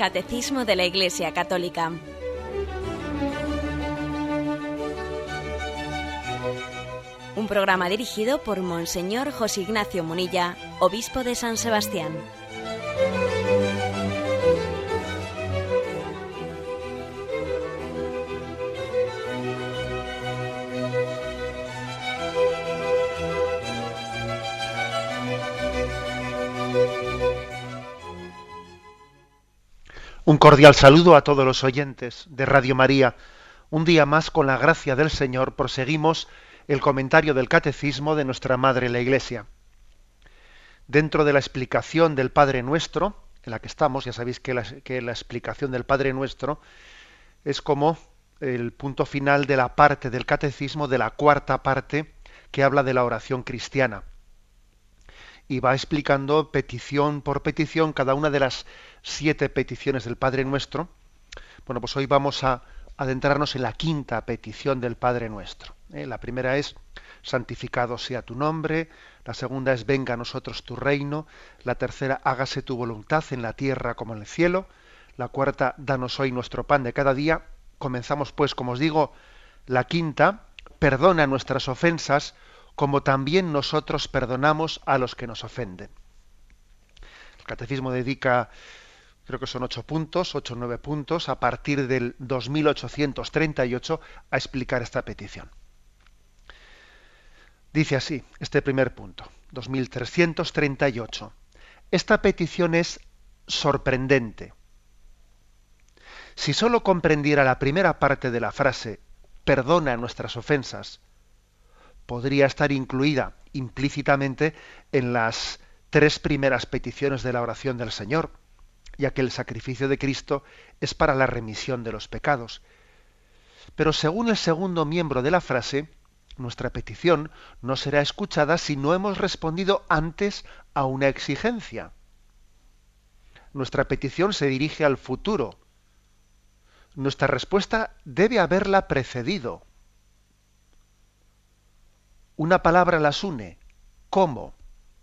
Catecismo de la Iglesia Católica. Un programa dirigido por Monseñor José Ignacio Munilla, obispo de San Sebastián. Un cordial saludo a todos los oyentes de Radio María. Un día más, con la gracia del Señor, proseguimos el comentario del Catecismo de nuestra Madre la Iglesia. Dentro de la explicación del Padre Nuestro, en la que estamos, ya sabéis que la explicación del Padre Nuestro es como el punto final de la parte del Catecismo, de la cuarta parte, que habla de la oración cristiana. Y va explicando petición por petición cada una de las 7 peticiones del Padre Nuestro. Bueno, pues hoy vamos a adentrarnos en la quinta petición del Padre Nuestro. La primera es: santificado sea tu nombre. La segunda es: venga a nosotros tu reino. La tercera: hágase tu voluntad en la tierra como en el cielo. La cuarta: danos hoy nuestro pan de cada día. Comenzamos pues, como os digo, la quinta: perdona nuestras ofensas como también nosotros perdonamos a los que nos ofenden. El Catecismo dedica, creo que son 8 o 9 puntos, a partir del 2838, a explicar esta petición. Dice así, este primer punto, 2338. Esta petición es sorprendente. Si sólo comprendiera la primera parte de la frase, perdona nuestras ofensas, podría estar incluida implícitamente en las 3 primeras peticiones de la oración del Señor, ya que el sacrificio de Cristo es para la remisión de los pecados. Pero según el segundo miembro de la frase, nuestra petición no será escuchada si no hemos respondido antes a una exigencia. Nuestra petición se dirige al futuro. Nuestra respuesta debe haberla precedido. Una palabra las une. ¿Cómo?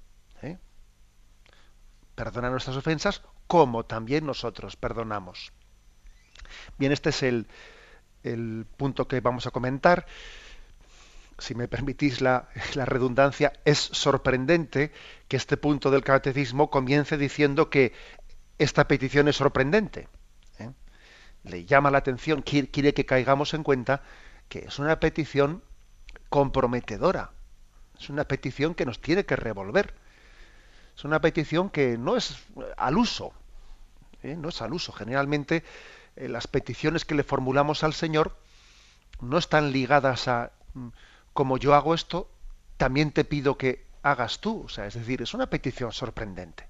Perdona nuestras ofensas como también nosotros perdonamos. Bien, este es el punto que vamos a comentar. Si me permitís la redundancia, es sorprendente que este punto del Catecismo comience diciendo que esta petición es sorprendente. Le llama la atención, quiere que caigamos en cuenta que es una petición comprometedora. Es una petición que nos tiene que revolver. Es una petición que no es al uso. No es al uso. Generalmente las peticiones que le formulamos al Señor no están ligadas a como yo hago esto, también te pido que hagas tú. O sea, es decir, es una petición sorprendente.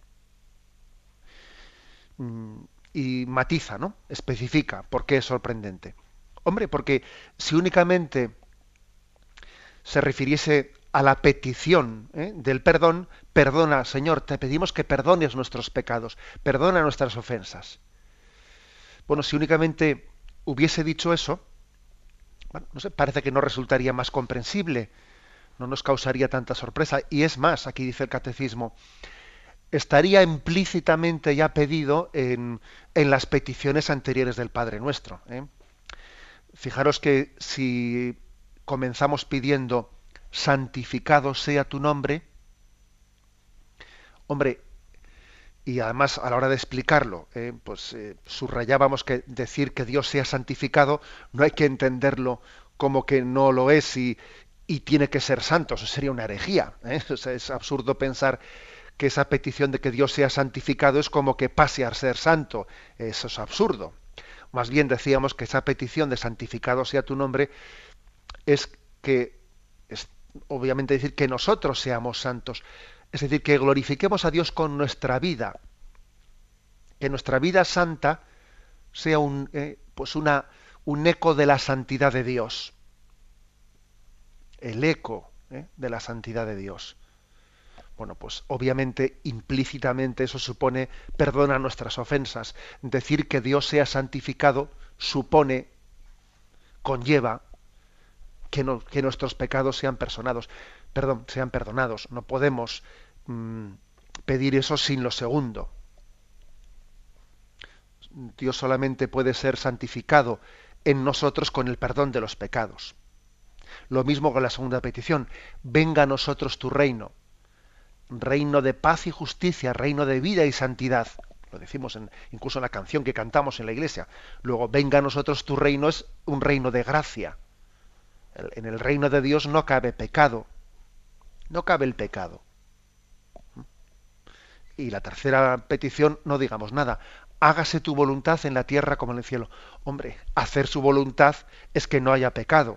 Y matiza, ¿no? Especifica por qué es sorprendente. Hombre, porque si únicamente se refiriese a la petición del perdón, perdona, Señor, te pedimos que perdones nuestros pecados, perdona nuestras ofensas. Bueno, si únicamente hubiese dicho eso, bueno, no sé, parece que no resultaría más comprensible, no nos causaría tanta sorpresa. Y es más, aquí dice el Catecismo, estaría implícitamente ya pedido en las peticiones anteriores del Padre Nuestro. Fijaros que si comenzamos pidiendo santificado sea tu nombre, hombre, y además a la hora de explicarlo, subrayábamos que decir que Dios sea santificado no hay que entenderlo como que no lo es y tiene que ser santo. Eso sería una herejía. O sea, es absurdo pensar que esa petición de que Dios sea santificado es como que pase a ser santo. Eso es absurdo. Más bien decíamos que esa petición de santificado sea tu nombre es obviamente decir que nosotros seamos santos. Es decir, que glorifiquemos a Dios con nuestra vida. Que nuestra vida santa sea un eco de la santidad de Dios. El eco de la santidad de Dios. Bueno, pues obviamente, implícitamente eso supone perdona nuestras ofensas. Decir que Dios sea santificado conlleva que nuestros pecados sean perdonados. No podemos pedir eso sin lo segundo. Dios solamente puede ser santificado en nosotros con el perdón de los pecados. Lo mismo con la segunda petición, venga a nosotros tu reino, reino de paz y justicia, reino de vida y santidad. Lo decimos incluso en la canción que cantamos en la iglesia. Luego, venga a nosotros tu reino es un reino de gracia. En el reino de Dios no cabe pecado, no cabe el pecado. Y la tercera petición, no digamos nada, hágase tu voluntad en la tierra como en el cielo. Hombre, hacer su voluntad es que no haya pecado.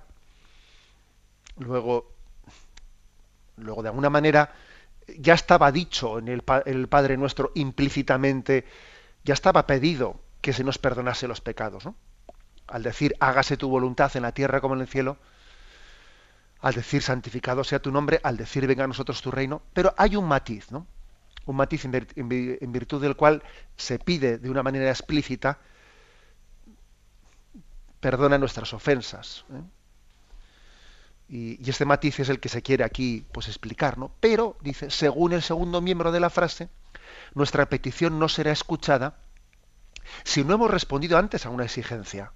Luego de alguna manera, ya estaba dicho en el Padre Nuestro implícitamente, ya estaba pedido que se nos perdonase los pecados, ¿no? Al decir, hágase tu voluntad en la tierra como en el cielo, al decir, santificado sea tu nombre, al decir, venga a nosotros tu reino, pero hay un matiz, ¿no? Un matiz en virtud del cual se pide de una manera explícita, perdona nuestras ofensas, ¿eh? Y este matiz es el que se quiere aquí pues explicar, ¿no? Pero, dice, según el segundo miembro de la frase, nuestra petición no será escuchada si no hemos respondido antes a una exigencia.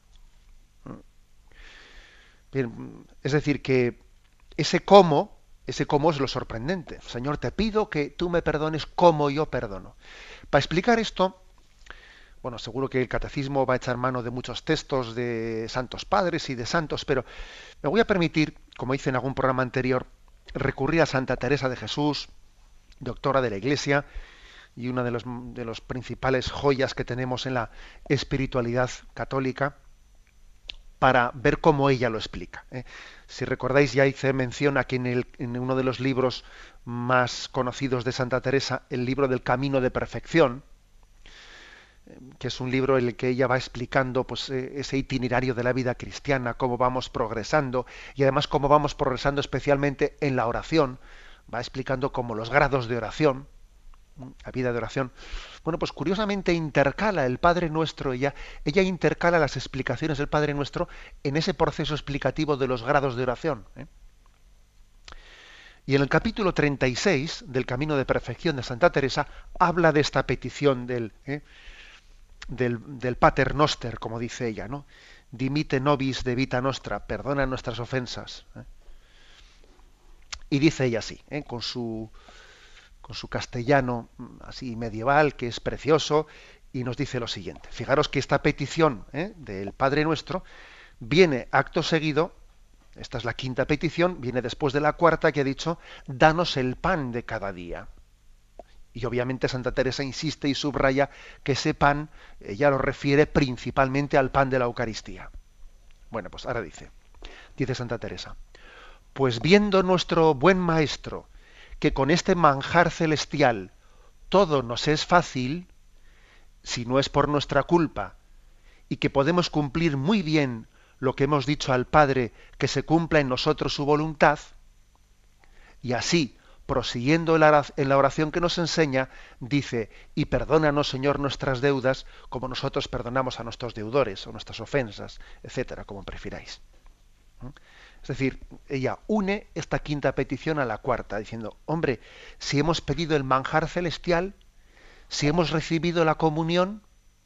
Bien, es decir, que ese cómo es lo sorprendente. Señor, te pido que tú me perdones como yo perdono. Para explicar esto, bueno, seguro que el catecismo va a echar mano de muchos textos de santos padres y de santos, pero me voy a permitir, como hice en algún programa anterior, recurrir a Santa Teresa de Jesús, doctora de la Iglesia, y una de los principales joyas que tenemos en la espiritualidad católica, para ver cómo ella lo explica, ¿eh? Si recordáis, ya hice mención aquí en uno de los libros más conocidos de Santa Teresa, el libro del Camino de Perfección, que es un libro en el que ella va explicando pues, ese itinerario de la vida cristiana, cómo vamos progresando, y además cómo vamos progresando especialmente en la oración. Va explicando cómo los grados de oración, la vida de oración. Bueno, pues curiosamente intercala el Padre Nuestro, ella intercala las explicaciones del Padre Nuestro en ese proceso explicativo de los grados de oración, ¿eh? Y en el capítulo 36 del Camino de Perfección de Santa Teresa habla de esta petición del Pater Noster, como dice ella, ¿no? Dimite nobis de vita nostra, perdona nuestras ofensas, ¿eh? Y dice ella así, ¿eh? con su castellano así medieval, que es precioso, y nos dice lo siguiente. Fijaros que esta petición, ¿eh? del Padre Nuestro viene acto seguido. Esta es la quinta petición, viene después de la cuarta, que ha dicho, danos el pan de cada día. Y obviamente Santa Teresa insiste y subraya que ese pan, ella lo refiere principalmente al pan de la Eucaristía. Bueno, pues ahora dice Santa Teresa, pues viendo nuestro buen Maestro que con este manjar celestial todo nos es fácil, si no es por nuestra culpa, y que podemos cumplir muy bien lo que hemos dicho al Padre, que se cumpla en nosotros su voluntad, y así, prosiguiendo en la oración que nos enseña, dice, y perdónanos, Señor, nuestras deudas, como nosotros perdonamos a nuestros deudores, o nuestras ofensas, etcétera, como prefiráis. Es decir, ella une esta quinta petición a la cuarta, diciendo, hombre, si hemos pedido el manjar celestial, si hemos recibido la comunión,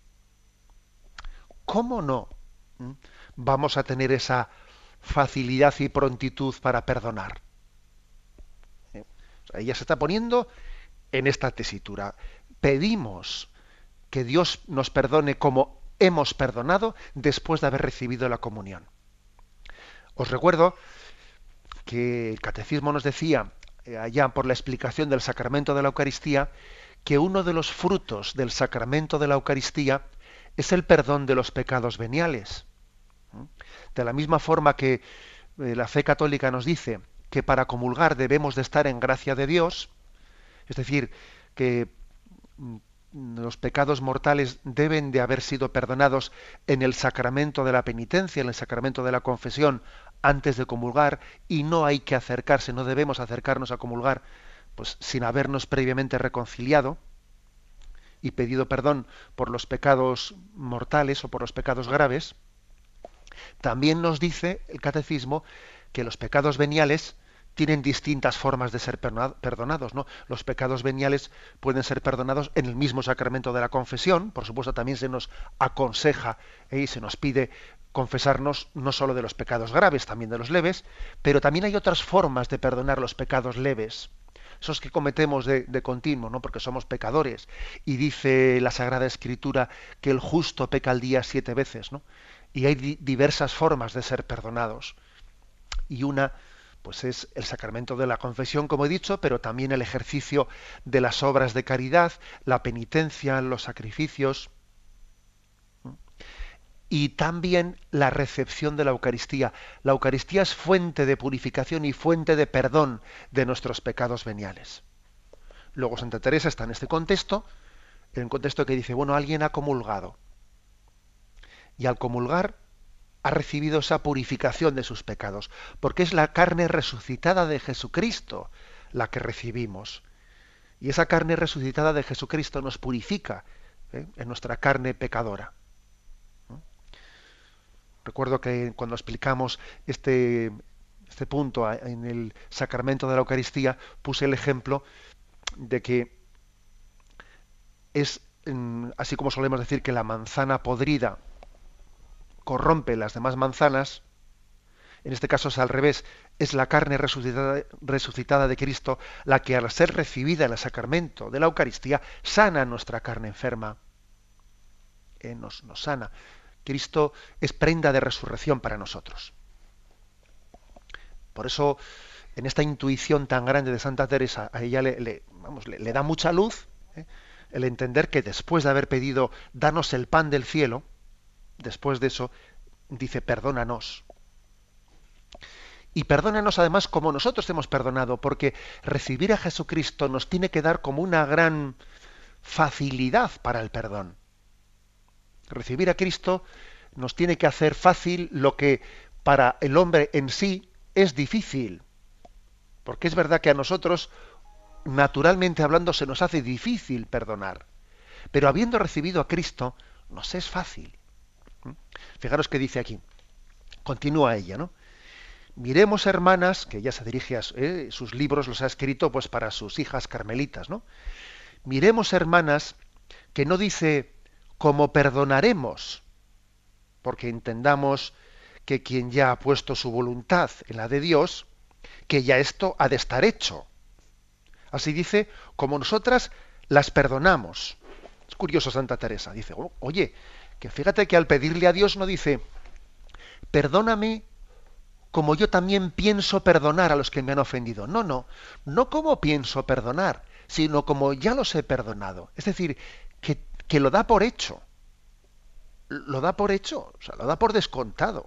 ¿cómo no vamos a tener esa facilidad y prontitud para perdonar? O sea, ella se está poniendo en esta tesitura. Pedimos que Dios nos perdone como hemos perdonado después de haber recibido la comunión. Os recuerdo que el Catecismo nos decía, allá por la explicación del sacramento de la Eucaristía, que uno de los frutos del sacramento de la Eucaristía es el perdón de los pecados veniales. De la misma forma que la fe católica nos dice que para comulgar debemos de estar en gracia de Dios, es decir, que los pecados mortales deben de haber sido perdonados en el sacramento de la penitencia, en el sacramento de la confesión, antes de comulgar, y no hay que acercarse, no debemos acercarnos a comulgar pues sin habernos previamente reconciliado y pedido perdón por los pecados mortales o por los pecados graves. También nos dice el Catecismo que los pecados veniales tienen distintas formas de ser perdonados, ¿no? Los pecados veniales pueden ser perdonados en el mismo sacramento de la confesión. Por supuesto, también se nos aconseja y se nos pide confesarnos no solo de los pecados graves, también de los leves, pero también hay otras formas de perdonar los pecados leves, esos que cometemos de continuo, ¿no? Porque somos pecadores. Y dice la Sagrada Escritura que el justo peca al día 7 veces, ¿no? Y hay diversas formas de ser perdonados. Y una, pues es el sacramento de la confesión, como he dicho, pero también el ejercicio de las obras de caridad, la penitencia, los sacrificios, y también la recepción de la Eucaristía. La Eucaristía es fuente de purificación y fuente de perdón de nuestros pecados veniales. Luego Santa Teresa está en este contexto, en un contexto que dice, bueno, alguien ha comulgado, y al comulgar ha recibido esa purificación de sus pecados, porque es la carne resucitada de Jesucristo la que recibimos. Y esa carne resucitada de Jesucristo nos purifica en nuestra carne pecadora. Recuerdo que cuando explicamos este punto en el sacramento de la Eucaristía, puse el ejemplo de que es, así como solemos decir que la manzana podrida corrompe las demás manzanas, en este caso es al revés, es la carne resucitada de Cristo la que al ser recibida en el sacramento de la Eucaristía sana nuestra carne enferma, nos sana. Cristo es prenda de resurrección para nosotros. Por eso, en esta intuición tan grande de Santa Teresa, a ella le da mucha luz el entender que después de haber pedido, danos el pan del cielo, después de eso, dice, perdónanos. Y perdónanos además como nosotros hemos perdonado, porque recibir a Jesucristo nos tiene que dar como una gran facilidad para el perdón. Recibir a Cristo nos tiene que hacer fácil lo que para el hombre en sí es difícil. Porque es verdad que a nosotros, naturalmente hablando, se nos hace difícil perdonar. Pero habiendo recibido a Cristo, nos es fácil. Fijaros que dice aquí, continúa ella, ¿no? Miremos, hermanas, que ella se dirige a sus libros, los ha escrito pues para sus hijas carmelitas, ¿no? Miremos, hermanas, que no dice como perdonaremos, porque entendamos que quien ya ha puesto su voluntad en la de Dios, que ya esto ha de estar hecho. Así dice, como nosotras las perdonamos. Es curioso Santa Teresa, dice, oye, que fíjate que al pedirle a Dios no dice, perdóname como yo también pienso perdonar a los que me han ofendido. No como pienso perdonar, sino como ya los he perdonado. Es decir, que lo da por hecho. Lo da por hecho, o sea, lo da por descontado.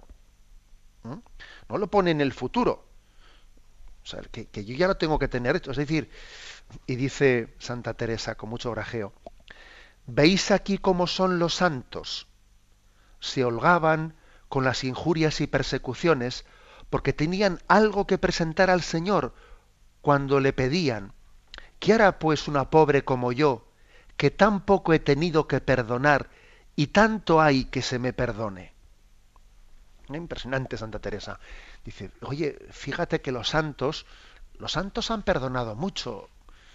No lo pone en el futuro. O sea, que yo ya lo tengo que tener hecho. Es decir, y dice Santa Teresa con mucho grajeo, ¿veis aquí cómo son los santos? Se holgaban con las injurias y persecuciones porque tenían algo que presentar al Señor cuando le pedían, ¿qué hará pues una pobre como yo, que tan poco he tenido que perdonar y tanto hay que se me perdone? Impresionante Santa Teresa. Dice, oye, fíjate que los santos han perdonado mucho.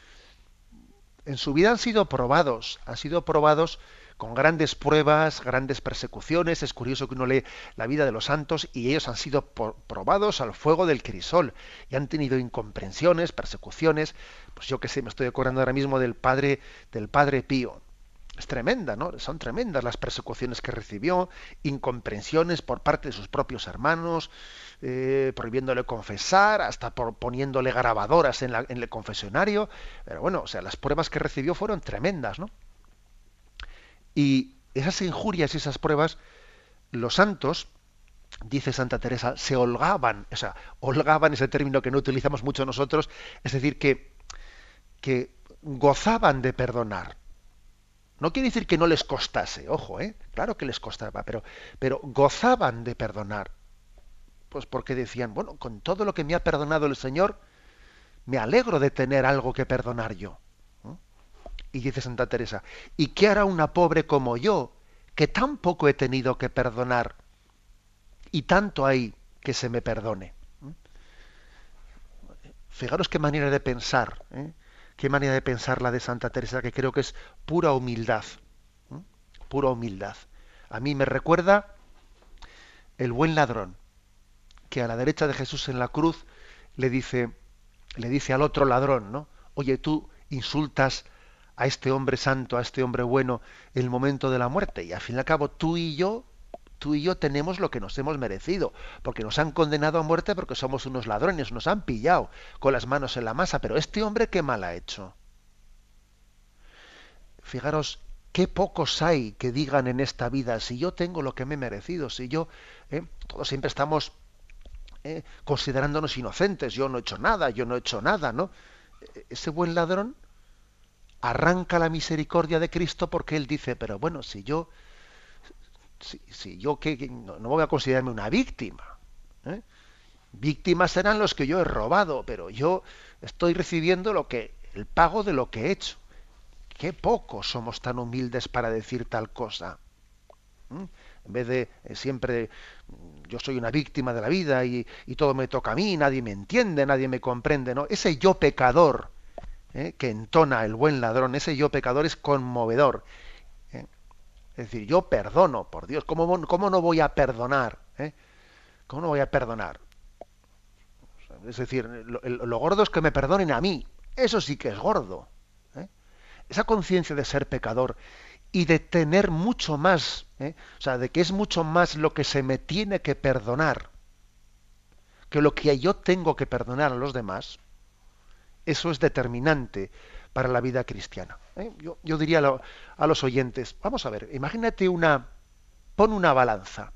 En su vida han sido probados con grandes pruebas, grandes persecuciones. Es curioso que uno lee la vida de los santos y ellos han sido probados al fuego del crisol y han tenido incomprensiones, persecuciones. Pues yo qué sé, me estoy acordando ahora mismo del padre Pío. Es tremenda, ¿no? Son tremendas las persecuciones que recibió, incomprensiones por parte de sus propios hermanos, prohibiéndole confesar, hasta poniéndole grabadoras en el confesionario. Pero bueno, o sea, las pruebas que recibió fueron tremendas, ¿no? Y esas injurias y esas pruebas, los santos, dice Santa Teresa, se holgaban, o sea, holgaban, ese término que no utilizamos mucho nosotros, es decir, que gozaban de perdonar. No quiere decir que no les costase, ojo, claro que les costaba, pero gozaban de perdonar. Pues porque decían, bueno, con todo lo que me ha perdonado el Señor, me alegro de tener algo que perdonar yo. Y dice Santa Teresa, ¿y qué hará una pobre como yo, que tan poco he tenido que perdonar y tanto hay que se me perdone? Fijaros qué manera de pensar, ¿eh? Qué manera de pensar la de Santa Teresa, que creo que es pura humildad, ¿eh? Pura humildad. A mí me recuerda el buen ladrón, que a la derecha de Jesús en la cruz le dice al otro ladrón, ¿no? Oye, tú insultas a este hombre santo, a este hombre bueno, en el momento de la muerte, y al fin y al cabo tú y yo tenemos lo que nos hemos merecido, porque nos han condenado a muerte porque somos unos ladrones, nos han pillado con las manos en la masa, pero este hombre qué mal ha hecho. Fijaros, qué pocos hay que digan en esta vida, si yo tengo lo que me he merecido, si yo, todos siempre estamos considerándonos inocentes, yo no he hecho nada, ¿no? Ese buen ladrón arranca la misericordia de Cristo porque él dice, pero bueno, si yo no voy a considerarme una víctima, ¿eh? Víctimas serán los que yo he robado, pero yo estoy recibiendo el pago de lo que he hecho. Qué pocos somos tan humildes para decir tal cosa. En vez de siempre yo soy una víctima de la vida y todo me toca a mí, nadie me entiende, nadie me comprende, ¿no? Ese yo pecador, que entona el buen ladrón, ese yo pecador es conmovedor. Es decir, yo perdono, por Dios, ¿cómo no voy a perdonar? ¿Cómo no voy a perdonar? Es decir, lo gordo es que me perdonen a mí. Eso sí que es gordo. Esa conciencia de ser pecador y de tener mucho más, o sea, de que es mucho más lo que se me tiene que perdonar que lo que yo tengo que perdonar a los demás, eso es determinante para la vida cristiana. Yo diría a los oyentes, vamos a ver, imagínate pon una balanza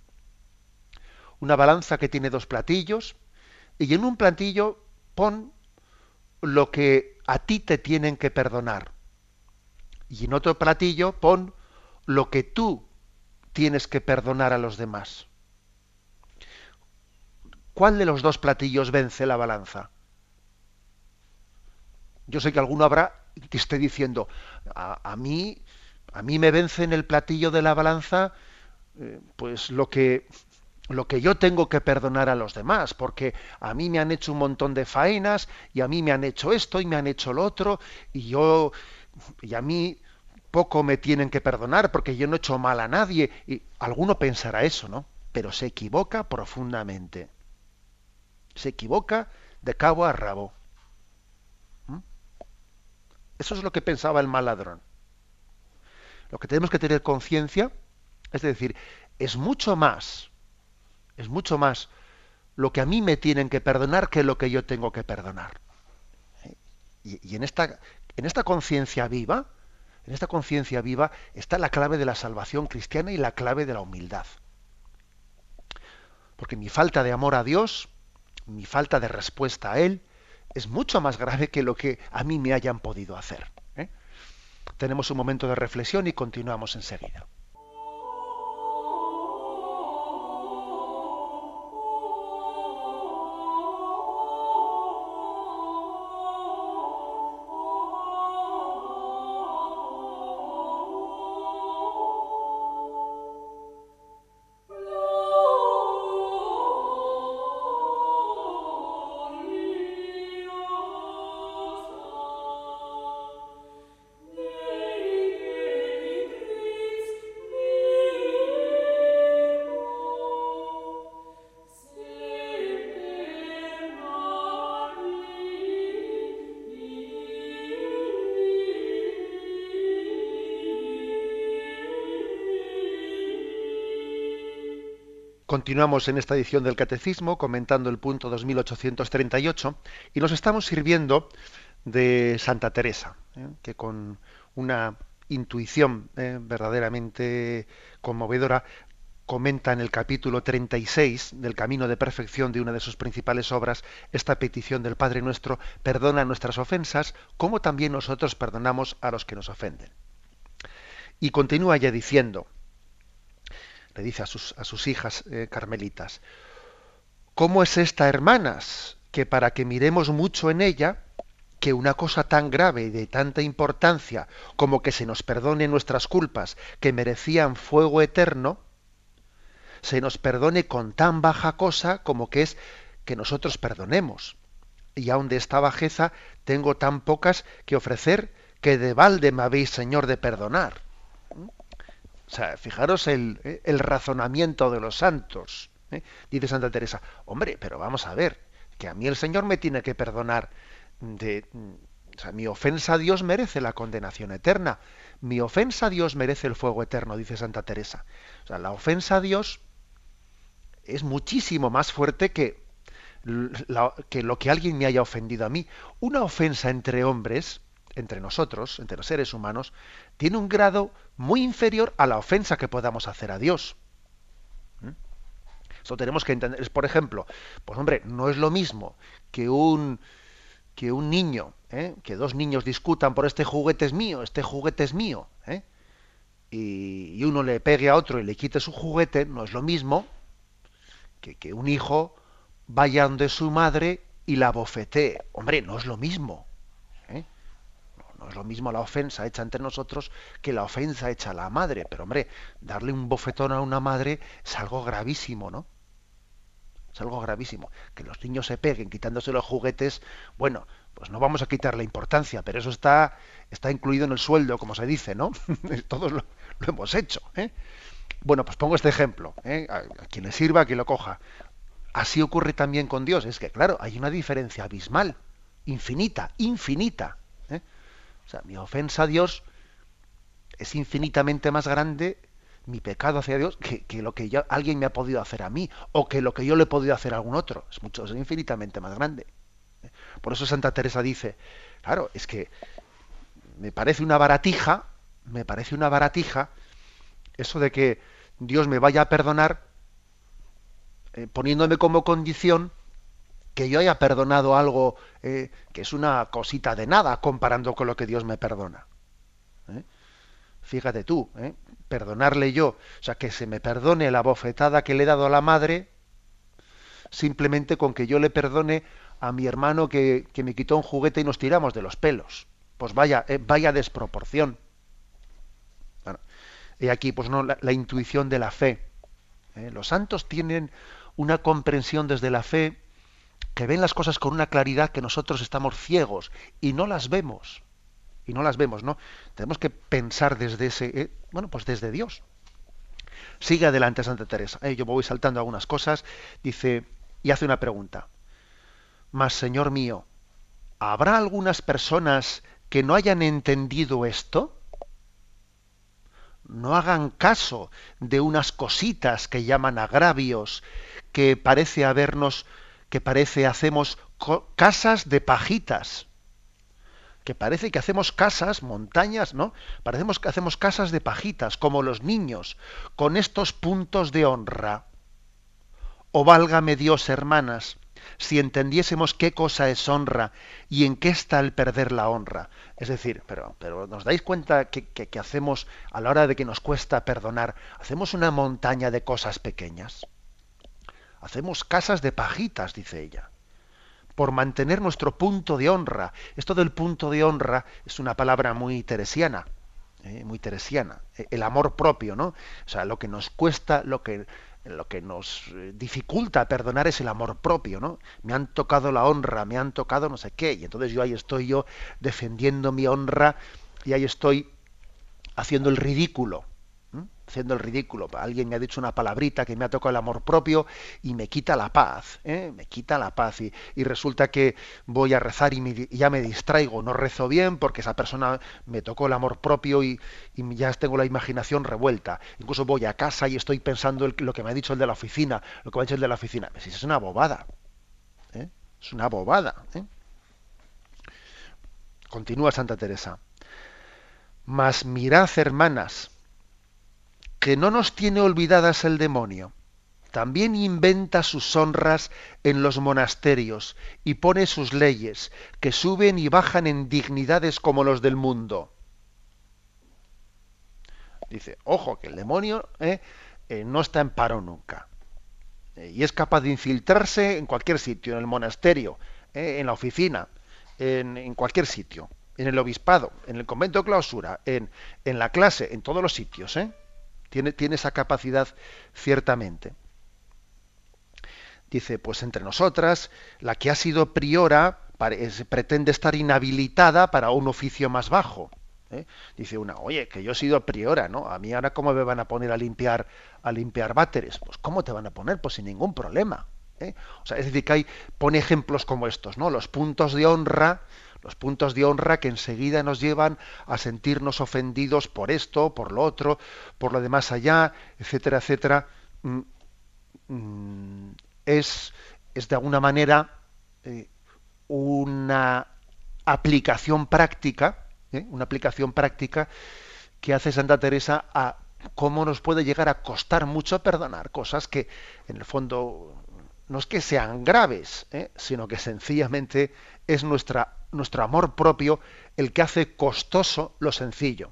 que tiene dos platillos, y en un platillo pon lo que a ti te tienen que perdonar, y en otro platillo pon lo que tú tienes que perdonar a los demás. ¿Cuál de los dos platillos vence la balanza? Yo sé que alguno habrá que esté diciendo, a mí me vence en el platillo de la balanza, pues lo que yo tengo que perdonar a los demás, porque a mí me han hecho un montón de faenas, y a mí me han hecho esto y me han hecho lo otro, y a mí poco me tienen que perdonar porque yo no he hecho mal a nadie. Y alguno pensará eso, ¿no? Pero se equivoca profundamente. Se equivoca de cabo a rabo. Eso es lo que pensaba el mal ladrón. Lo que tenemos que tener conciencia es decir, es mucho más lo que a mí me tienen que perdonar que lo que yo tengo que perdonar. Y en esta conciencia viva, está la clave de la salvación cristiana y la clave de la humildad. Porque mi falta de amor a Dios, mi falta de respuesta a Él, es mucho más grave que lo que a mí me hayan podido hacer. Tenemos un momento de reflexión y continuamos enseguida. Continuamos en esta edición del Catecismo comentando el punto 2838 y nos estamos sirviendo de Santa Teresa, que con una intuición verdaderamente conmovedora comenta en el capítulo 36 del Camino de Perfección de una de sus principales obras esta petición del Padre Nuestro: perdona nuestras ofensas como también nosotros perdonamos a los que nos ofenden. Y continúa ya diciendo, le dice a sus hijas carmelitas: ¿cómo es esta, hermanas, que para que miremos mucho en ella, que una cosa tan grave y de tanta importancia como que se nos perdone nuestras culpas que merecían fuego eterno, se nos perdone con tan baja cosa como que es que nosotros perdonemos? y aun de esta bajeza tengo tan pocas que ofrecer, que de balde me habéis, Señor, de perdonar. O sea, fijaros el razonamiento de los santos. Dice Santa Teresa, hombre, pero vamos a ver, que a mí el Señor me tiene que perdonar o sea, mi ofensa a Dios merece la condenación eterna. Mi ofensa a Dios merece el fuego eterno, dice Santa Teresa. O sea, la ofensa a Dios es muchísimo más fuerte que lo que alguien me haya ofendido a mí. Una ofensa entre hombres, entre nosotros, entre los seres humanos, tiene un grado muy inferior a la ofensa que podamos hacer a Dios. Eso tenemos que entender. Por ejemplo, pues hombre, no es lo mismo que un niño, que dos niños discutan por este juguete es mío, y uno le pegue a otro y le quite su juguete. No es lo mismo que un hijo vaya donde su madre y la bofetee. Hombre, no es lo mismo. No es lo mismo la ofensa hecha entre nosotros que la ofensa hecha a la madre. Pero hombre, darle un bofetón a una madre es algo gravísimo, ¿no? Es algo gravísimo. Que los niños se peguen quitándose los juguetes, bueno, pues no vamos a quitarle importancia, pero eso está incluido en el sueldo, como se dice, ¿no? Todos lo hemos hecho. Bueno, pues pongo este ejemplo. A quien le sirva, a quien lo coja. Así ocurre también con Dios. Es que, claro, hay una diferencia abismal, infinita. O sea, mi ofensa a Dios es infinitamente más grande, mi pecado hacia Dios, que lo que alguien me ha podido hacer a mí, o que lo que yo le he podido hacer a algún otro. Es infinitamente más grande. Por eso Santa Teresa dice, claro, es que me parece una baratija eso de que Dios me vaya a perdonar poniéndome como condición que yo haya perdonado algo que es una cosita de nada comparando con lo que Dios me perdona. Fíjate tú, perdonarle yo, o sea, que se me perdone la bofetada que le he dado a la madre, simplemente con que yo le perdone a mi hermano que me quitó un juguete y nos tiramos de los pelos. Pues vaya desproporción. Bueno, y aquí, pues no, la intuición de la fe. Los santos tienen una comprensión desde la fe, que ven las cosas con una claridad que nosotros estamos ciegos y no las vemos. ¿No? Tenemos que pensar desde ese, pues desde Dios. Sigue adelante Santa Teresa. Yo me voy saltando algunas cosas. Dice, y hace una pregunta. Mas, Señor mío, ¿habrá algunas personas que no hayan entendido esto? No hagan caso de unas cositas que llaman agravios, que parece hacemos casas de pajitas, que parece que hacemos casas, montañas, ¿no? Parecemos que hacemos casas de pajitas, como los niños, con estos puntos de honra. Oh, válgame Dios, hermanas, si entendiésemos qué cosa es honra y en qué está el perder la honra. Es decir, pero ¿nos dais cuenta que hacemos, a la hora de que nos cuesta perdonar, hacemos una montaña de cosas pequeñas? Hacemos casas de pajitas, dice ella, por mantener nuestro punto de honra. Esto del punto de honra es una palabra muy teresiana, el amor propio, ¿no? O sea, lo que nos cuesta, lo que nos dificulta perdonar es el amor propio, ¿no? Me han tocado la honra, me han tocado no sé qué, y entonces ahí estoy yo defendiendo mi honra y ahí estoy haciendo el ridículo. Alguien me ha dicho una palabrita que me ha tocado el amor propio y me quita la paz, y resulta que voy a rezar y ya me distraigo, no rezo bien porque esa persona me tocó el amor propio y ya tengo la imaginación revuelta. Incluso voy a casa y estoy pensando lo que me ha dicho el de la oficina, Pues es una bobada, es una bobada. Continúa Santa Teresa. Mas mirad, hermanas, que no nos tiene olvidadas el demonio. También inventa sus honras en los monasterios y pone sus leyes, que suben y bajan en dignidades como los del mundo. Dice, ojo, que el demonio no está en paro nunca. Y es capaz de infiltrarse en cualquier sitio, en el monasterio, en la oficina, en cualquier sitio, en el obispado, en el convento de clausura, en la clase, en todos los sitios, Tiene esa capacidad ciertamente. Dice, pues entre nosotras, la que ha sido priora, pretende estar inhabilitada para un oficio más bajo. Dice una, oye, que yo he sido priora, ¿no? A mí ahora cómo me van a poner a limpiar váteres. Pues ¿cómo te van a poner? Pues sin ningún problema. O sea, es decir, que pone ejemplos como estos, ¿no? Los puntos de honra que enseguida nos llevan a sentirnos ofendidos por esto, por lo otro, por lo de más allá, etcétera, etcétera. Es de alguna manera una aplicación práctica, que hace Santa Teresa a cómo nos puede llegar a costar mucho perdonar cosas que en el fondo no es que sean graves, sino que sencillamente es nuestro amor propio el que hace costoso lo sencillo.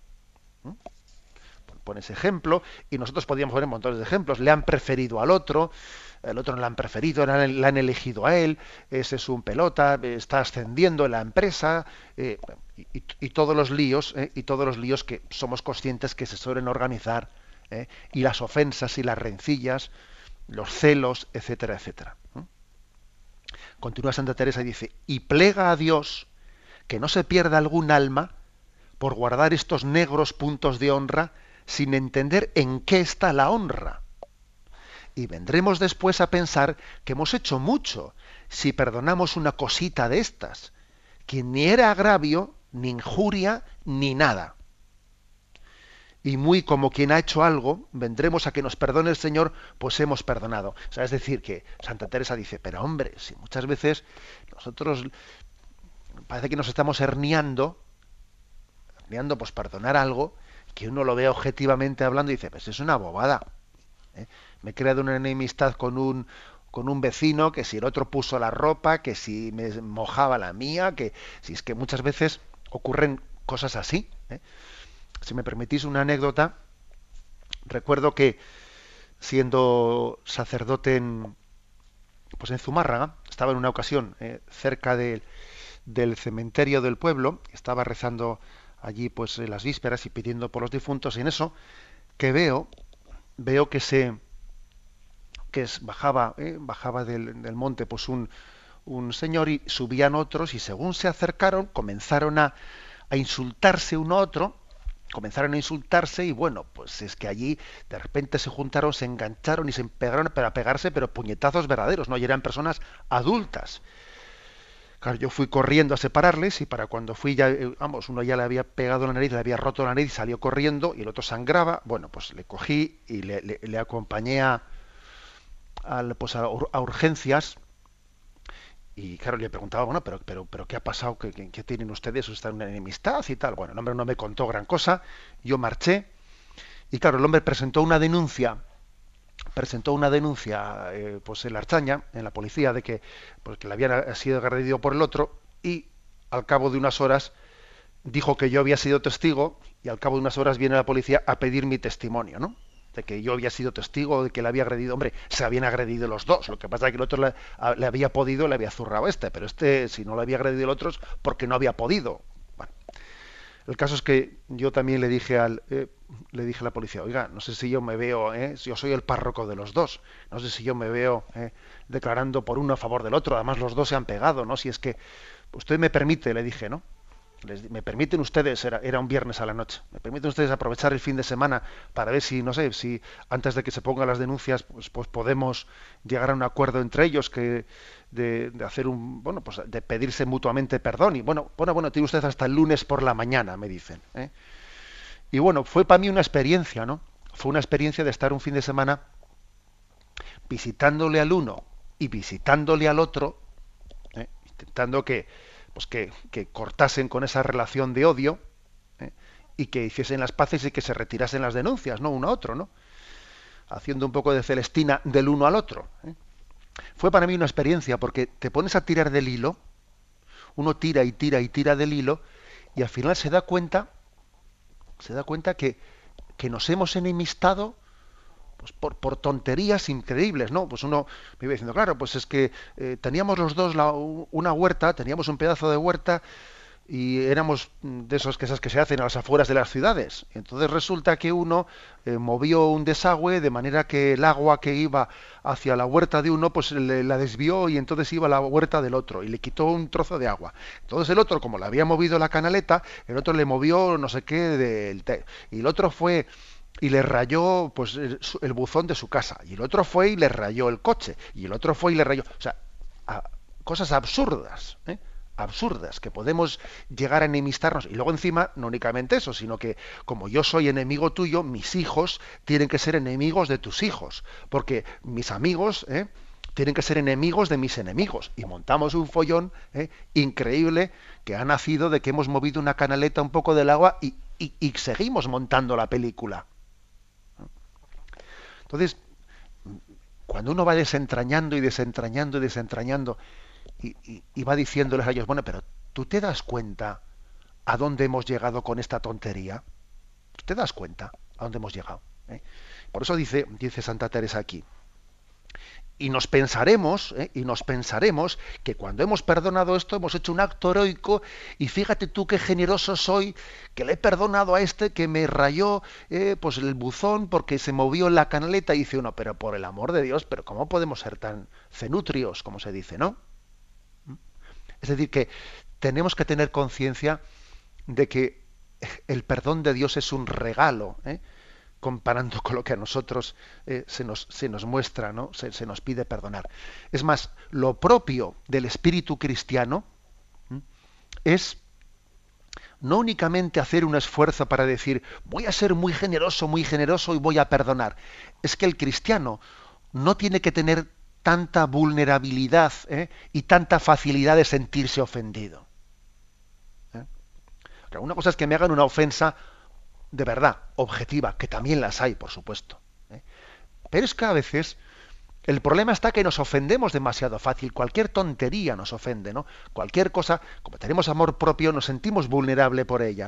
Pone ese ejemplo, y nosotros podríamos poner montones de ejemplos. Le han preferido al otro, el otro no le han preferido, le han elegido a él, ese es un pelota, está ascendiendo en la empresa, y todos los líos, que somos conscientes que se suelen organizar, y las ofensas y las rencillas, los celos, etcétera, etcétera. Continúa Santa Teresa y dice, y plega a Dios que no se pierda algún alma por guardar estos negros puntos de honra sin entender en qué está la honra. Y vendremos después a pensar que hemos hecho mucho si perdonamos una cosita de estas, que ni era agravio, ni injuria, ni nada. Y muy como quien ha hecho algo, vendremos a que nos perdone el Señor, pues hemos perdonado. O sea, es decir, que Santa Teresa dice, pero hombre, si muchas veces nosotros parece que nos estamos herniando, pues perdonar algo, que uno lo ve objetivamente hablando y dice, pues es una bobada. Me he creado una enemistad con un vecino, que si el otro puso la ropa, que si me mojaba la mía, que si es que muchas veces ocurren cosas así. Si me permitís una anécdota, recuerdo que siendo sacerdote en Zumárraga, estaba en una ocasión cerca del cementerio del pueblo, estaba rezando allí pues en las vísperas y pidiendo por los difuntos, y en eso que veo que bajaba del monte pues un señor, y subían otros, y según se acercaron comenzaron a insultarse uno a otro, y bueno, pues es que allí de repente se juntaron, se engancharon y se pegaron para pegarse, pero puñetazos verdaderos, ¿no? Y eran personas adultas. Claro, yo fui corriendo a separarles, y para cuando fui ya, uno ya le había pegado la nariz, le había roto la nariz, salió corriendo, y el otro sangraba. Bueno, pues le cogí y le acompañé a urgencias. Y claro, le preguntaba, bueno, pero ¿qué ha pasado? ¿Qué tienen ustedes? ¿Están en enemistad y tal? Bueno, el hombre no me contó gran cosa, yo marché, y claro, el hombre presentó una denuncia pues en la Archaña, en la policía, de que le habían sido agredido por el otro, y al cabo de unas horas dijo que yo había sido testigo, y al cabo de unas horas viene la policía a pedir mi testimonio, ¿no? De que yo había sido testigo de que le había agredido. Hombre, se habían agredido los dos, lo que pasa es que el otro le había zurrado pero si no le había agredido el otro es porque no había podido. Bueno, el caso es que yo también le dije a la policía, oiga, no sé si yo me veo, si yo soy el párroco de los dos, no sé si yo me veo declarando por uno a favor del otro, además los dos se han pegado, ¿no? Si es que usted me permite, le dije, ¿no? ¿Me permiten ustedes, era un viernes a la noche, me permiten ustedes aprovechar el fin de semana para ver si, no sé, si antes de que se pongan las denuncias, pues podemos llegar a un acuerdo entre ellos, que de hacer de pedirse mutuamente perdón? Y bueno, tiene usted hasta el lunes por la mañana, me dicen. Y bueno, fue para mí una experiencia, ¿no? Fue una experiencia de estar un fin de semana visitándole al uno y visitándole al otro, intentando que cortasen con esa relación de odio, y que hiciesen las paces y que se retirasen las denuncias, ¿no? Uno a otro, ¿no? Haciendo un poco de Celestina del uno al otro. Fue para mí una experiencia, porque te pones a tirar del hilo, uno tira y tira y tira del hilo, y al final se da cuenta que nos hemos enemistado pues por tonterías increíbles, ¿no? Pues uno me iba diciendo, claro, pues es que teníamos los dos una huerta, teníamos un pedazo de huerta, y éramos de esas que se hacen a las afueras de las ciudades. Entonces resulta que uno movió un desagüe de manera que el agua que iba hacia la huerta de uno, pues la desvió y entonces iba a la huerta del otro y le quitó un trozo de agua. Entonces el otro, como le había movido la canaleta, el otro le movió no sé qué y el otro fue y le rayó pues el buzón de su casa, y el otro fue y le rayó el coche, y el otro fue y le rayó, o sea, cosas absurdas, absurdas, que podemos llegar a enemistarnos. Y luego encima, no únicamente eso, sino que como yo soy enemigo tuyo, mis hijos tienen que ser enemigos de tus hijos, porque mis amigos tienen que ser enemigos de mis enemigos. Y montamos un follón increíble que ha nacido de que hemos movido una canaleta un poco del agua y seguimos montando la película. Entonces, cuando uno va desentrañando y desentrañando y desentrañando y va diciéndoles a ellos, bueno, pero ¿tú te das cuenta a dónde hemos llegado con esta tontería? ¿Tú te das cuenta a dónde hemos llegado? Por eso dice Santa Teresa aquí. Y nos pensaremos que cuando hemos perdonado esto hemos hecho un acto heroico, y fíjate tú qué generoso soy, que le he perdonado a este que me rayó pues el buzón porque se movió en la canaleta. Y dice uno, pero por el amor de Dios, pero ¿cómo podemos ser tan cenutrios, como se dice, no? Es decir, que tenemos que tener conciencia de que el perdón de Dios es un regalo, comparando con lo que a nosotros se nos muestra, ¿no? Se nos pide perdonar. Es más, lo propio del espíritu cristiano es no únicamente hacer un esfuerzo para decir voy a ser muy generoso y voy a perdonar. Es que el cristiano no tiene que tener tanta vulnerabilidad y tanta facilidad de sentirse ofendido. Una cosa es que me hagan una ofensa de verdad, objetiva, que también las hay, por supuesto. Pero es que a veces el problema está que nos ofendemos demasiado fácil. Cualquier tontería nos ofende, ¿no? Cualquier cosa, como tenemos amor propio, nos sentimos vulnerables por ella.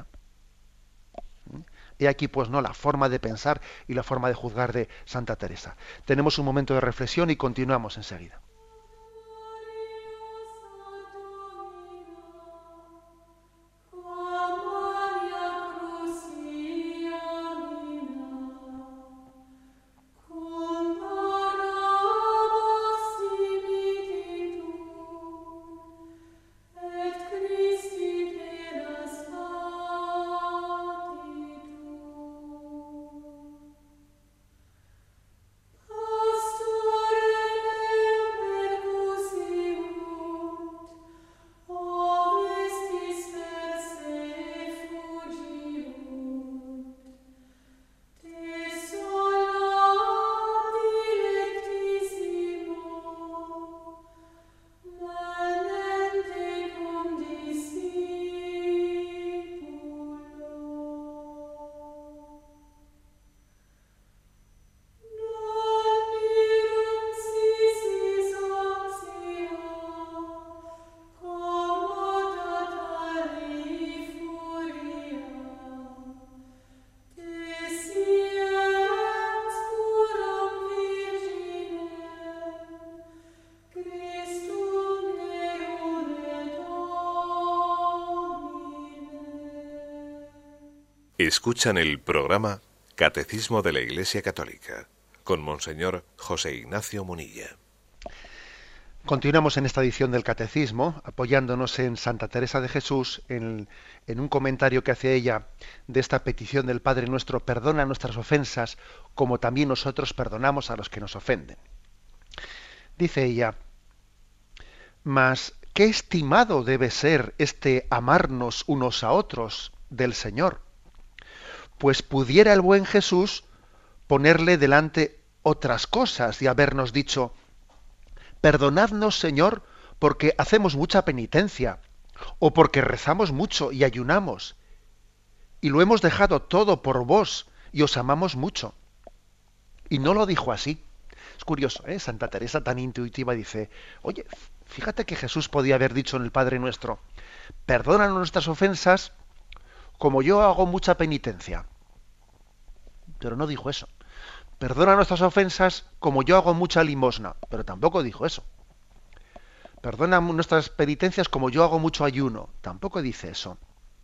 Y aquí, pues no, la forma de pensar y la forma de juzgar de Santa Teresa. Tenemos un momento de reflexión y continuamos enseguida. Escuchan el programa Catecismo de la Iglesia Católica con Monseñor José Ignacio Munilla. Continuamos en esta edición del Catecismo, apoyándonos en Santa Teresa de Jesús, en un comentario que hace ella de esta petición del Padre Nuestro: perdona nuestras ofensas, como también nosotros perdonamos a los que nos ofenden. Dice ella: mas qué estimado debe ser este amarnos unos a otros del Señor, pues pudiera el buen Jesús ponerle delante otras cosas y habernos dicho: perdonadnos, Señor, porque hacemos mucha penitencia, o porque rezamos mucho y ayunamos, y lo hemos dejado todo por vos y os amamos mucho. Y no lo dijo así. Es curioso, Santa Teresa, tan intuitiva, dice: oye, fíjate que Jesús podía haber dicho en el Padre Nuestro: perdónanos nuestras ofensas como yo hago mucha penitencia. Pero no dijo eso. Perdona nuestras ofensas como yo hago mucha limosna. Pero tampoco dijo eso. perdona nuestras penitencias como yo hago mucho ayuno. Tampoco dice eso.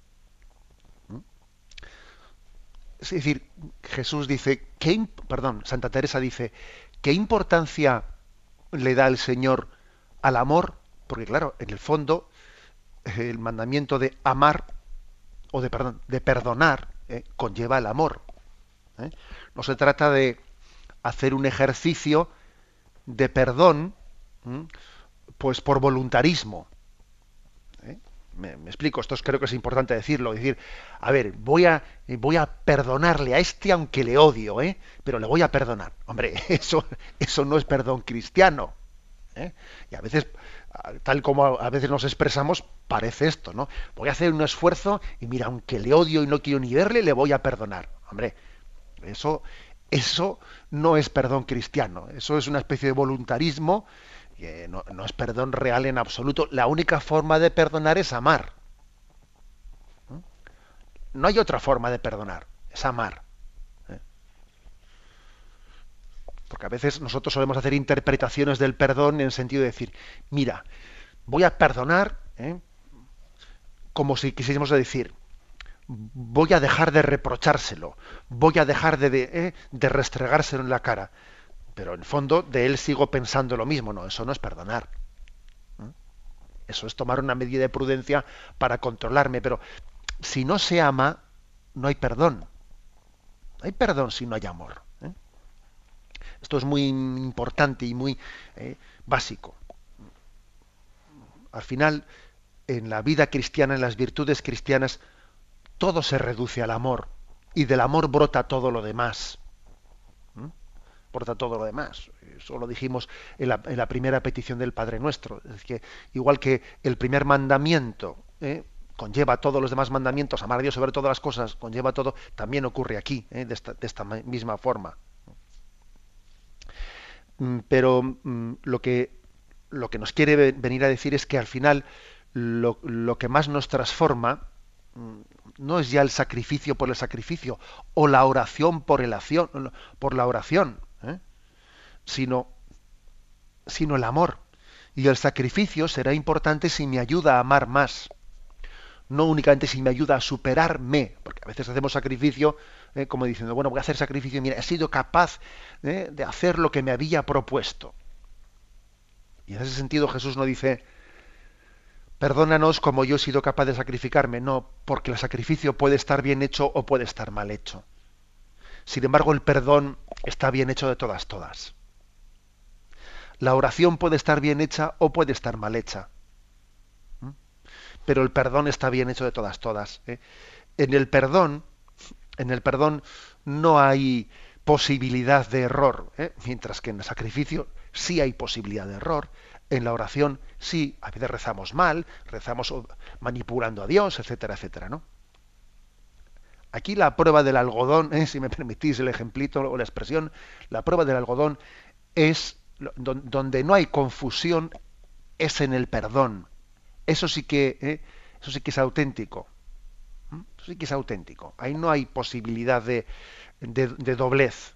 Es decir, Jesús dice, Santa Teresa dice, ¿qué importancia le da el Señor al amor? Porque claro, en el fondo, el mandamiento de amar, de perdonar, conlleva el amor. No se trata de hacer un ejercicio de perdón, pues por voluntarismo. Me explico, esto creo que es importante decirlo. Es decir, a ver, voy a perdonarle a este aunque le odio, pero le voy a perdonar. Hombre, eso no es perdón cristiano. Y a veces, tal como a veces nos expresamos, parece esto, ¿no? Voy a hacer un esfuerzo y mira, aunque le odio y no quiero ni verle, le voy a perdonar. Hombre, eso no es perdón cristiano. Eso es una especie de voluntarismo. No es perdón real en absoluto. La única forma de perdonar es amar. No hay otra forma de perdonar, es amar. Porque a veces nosotros solemos hacer interpretaciones del perdón en el sentido de decir, mira, voy a perdonar, como si quisiéramos decir, voy a dejar de reprochárselo, voy a dejar de restregárselo en la cara. Pero en el fondo de él sigo pensando lo mismo. No, eso no es perdonar. Eso es tomar una medida de prudencia para controlarme. Pero si no se ama, no hay perdón. No hay perdón si no hay amor. Esto es muy importante y muy básico. Al final, en la vida cristiana, en las virtudes cristianas, todo se reduce al amor. Y del amor brota todo lo demás. Brota todo lo demás. Eso lo dijimos en la primera petición del Padre Nuestro. Es que igual que el primer mandamiento conlleva todos los demás mandamientos, amar a Dios sobre todas las cosas, conlleva todo, también ocurre aquí, de esta misma forma. Pero lo que nos quiere venir a decir es que al final lo que más nos transforma no es ya el sacrificio por el sacrificio o la oración por la oración, sino el amor. Y el sacrificio será importante si me ayuda a amar más, no únicamente si me ayuda a superarme, porque a veces hacemos sacrificio como diciendo, bueno, voy a hacer sacrificio, mira, he sido capaz de hacer lo que me había propuesto. Y en ese sentido Jesús no dice, perdónanos como yo he sido capaz de sacrificarme. No, porque el sacrificio puede estar bien hecho o puede estar mal hecho. Sin embargo, el perdón está bien hecho de todas. La oración puede estar bien hecha o puede estar mal hecha. Pero el perdón está bien hecho de todas. En el perdón no hay posibilidad de error, mientras que en el sacrificio sí hay posibilidad de error. En la oración sí, a veces rezamos mal, rezamos manipulando a Dios, etcétera, etcétera, ¿no? Aquí la prueba del algodón, si me permitís el ejemplito o la expresión, la prueba del algodón es donde no hay confusión, es en el perdón. Eso sí que es auténtico. Eso sí que es auténtico. Ahí no hay posibilidad de doblez.